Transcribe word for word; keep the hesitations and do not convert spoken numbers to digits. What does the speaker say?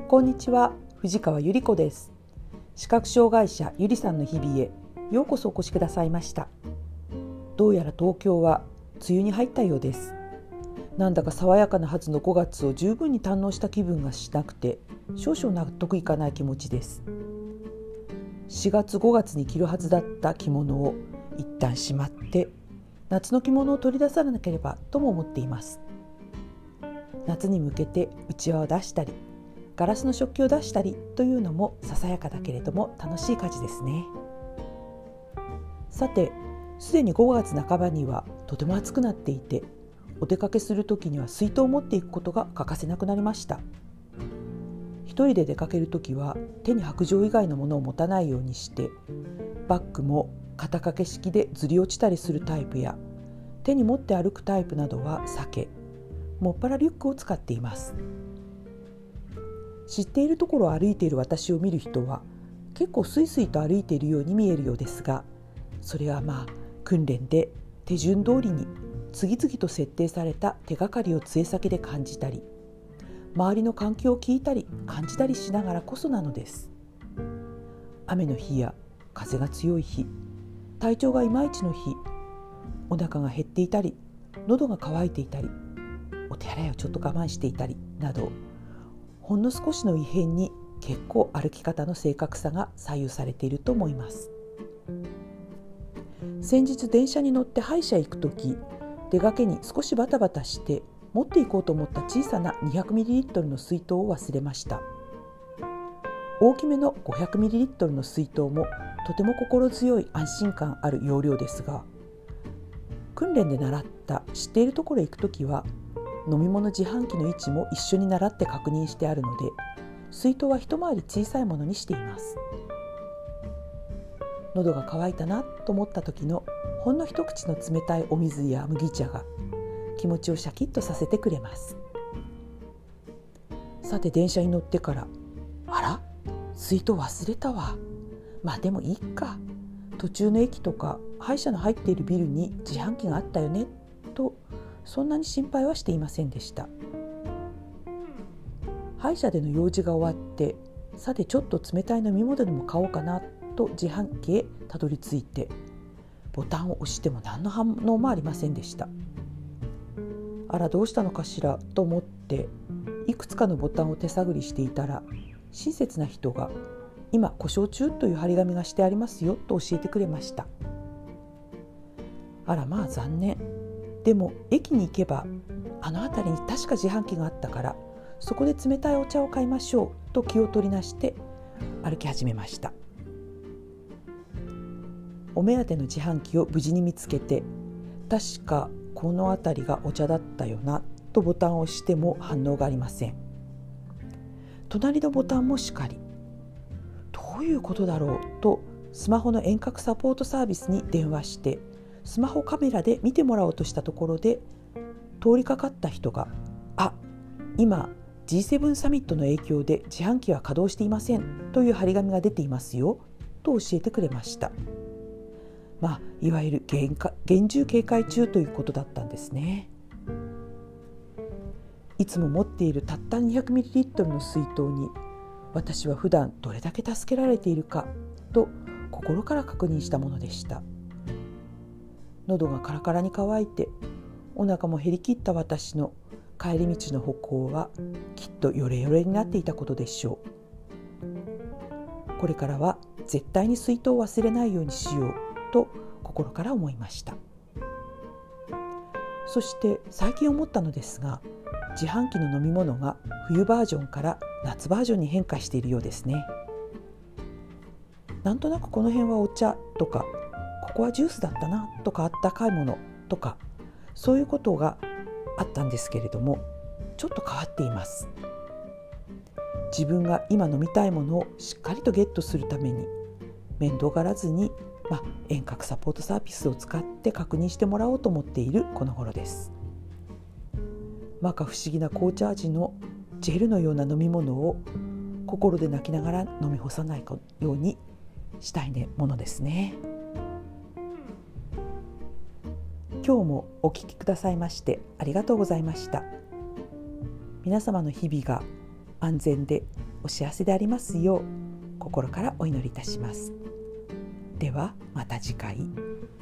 こんにちは、藤川ゆり子です。視覚障害者ゆりさんの日々へようこそお越しくださいました。どうやら東京は梅雨に入ったようです。なんだか爽やかなはずのごがつを十分に堪能した気分がしなくて、少々納得いかない気持ちです。しがつごがつに着るはずだった着物を一旦しまって、夏の着物を取り出さなければとも思っています。夏に向けてうちわを出したり、ガラスの食器を出したりというのもささやかだけれども楽しい家事ですね。さて、すでにごがつなかばにはとても暑くなっていて、お出かけするときには水筒を持っていくことが欠かせなくなりました。一人で出かけるときは手に白状以外のものを持たないようにして、バッグも肩掛け式でずり落ちたりするタイプや、手に持って歩くタイプなどは避け、もっぱらリュックを使っています。知っているところを歩いている私を見る人は結構スイスイと歩いているように見えるようですが、それはまあ訓練で手順通りに次々と設定された手がかりを杖先で感じたり、周りの環境を聞いたり感じたりしながらこそなのです。雨の日や風が強い日、体調がいまいちの日、お腹が減っていたり、喉が渇いていたり、お手洗いをちょっと我慢していたりなど、ほんの少しの異変に結構歩き方の正確さが左右されていると思います。先日電車に乗って歯医者へ行くとき、出がけに少しバタバタして持っていこうと思った小さな にひゃくミリリットル の水筒を忘れました。大きめの ごひゃくミリリットル の水筒もとても心強い安心感ある容量ですが、訓練で習った知っているところへ行くときは飲み物自販機の位置も一緒に習って確認してあるので、水筒は一回り小さいものにしています。喉が渇いたなと思った時のほんの一口の冷たいお水や麦茶が気持ちをシャキッとさせてくれます。さて、電車に乗ってから、あら、水筒忘れたわ。まあでもいいか。途中の駅とか歯医者の入っているビルに自販機があったよねと、そんなに心配はしていませんでした。歯医者での用事が終わって、さてちょっと冷たい飲み物でも買おうかなと自販機へたどり着いて、ボタンを押しても何の反応もありませんでした。あら、どうしたのかしらと思っていくつかのボタンを手探りしていたら、親切な人が今故障中という張り紙がしてありますよと教えてくれました。あら、まあ残念。でも駅に行けばあの辺りに確か自販機があったから、そこで冷たいお茶を買いましょうと気を取りなして歩き始めました。お目当ての自販機を無事に見つけて、確かこの辺りがお茶だったよなとボタンを押しても反応がありません。隣のボタンもしかり、どういうことだろうとスマホの遠隔サポートサービスに電話してスマホカメラで見てもらおうとしたところで、通りかかった人が、あ、今 ジーセブン サミットの影響で自販機は稼働していませんという張り紙が出ていますよと教えてくれました。まあ、いわゆる 厳, 厳重警戒中ということだったんですね。いつも持っているたった にひゃくミリリットル の水筒に、私は普段どれだけ助けられているかと心から確認したものでした。喉がカラカラに乾いて、お腹も減り切った私の帰り道の歩行はきっとヨレヨレになっていたことでしょう。これからは絶対に水筒を忘れないようにしようと心から思いました。そして最近思ったのですが、自販機の飲み物が冬バージョンから夏バージョンに変化しているようですね。なんとなくこの辺はお茶とか、ここはジュースだったなとか、あったかいものとか、そういうことがあったんですけれども、ちょっと変わっています。自分が今飲みたいものをしっかりとゲットするために、面倒がらずに、まあ、遠隔サポートサービスを使って確認してもらおうと思っているこの頃です。摩訶不思議な紅茶味のジェルのような飲み物を心で泣きながら飲み干さないようにしたいものですね。今日もお聞きくださいましてありがとうございました。皆様の日々が安全でお幸せでありますよう心からお祈りいたします。ではまた次回。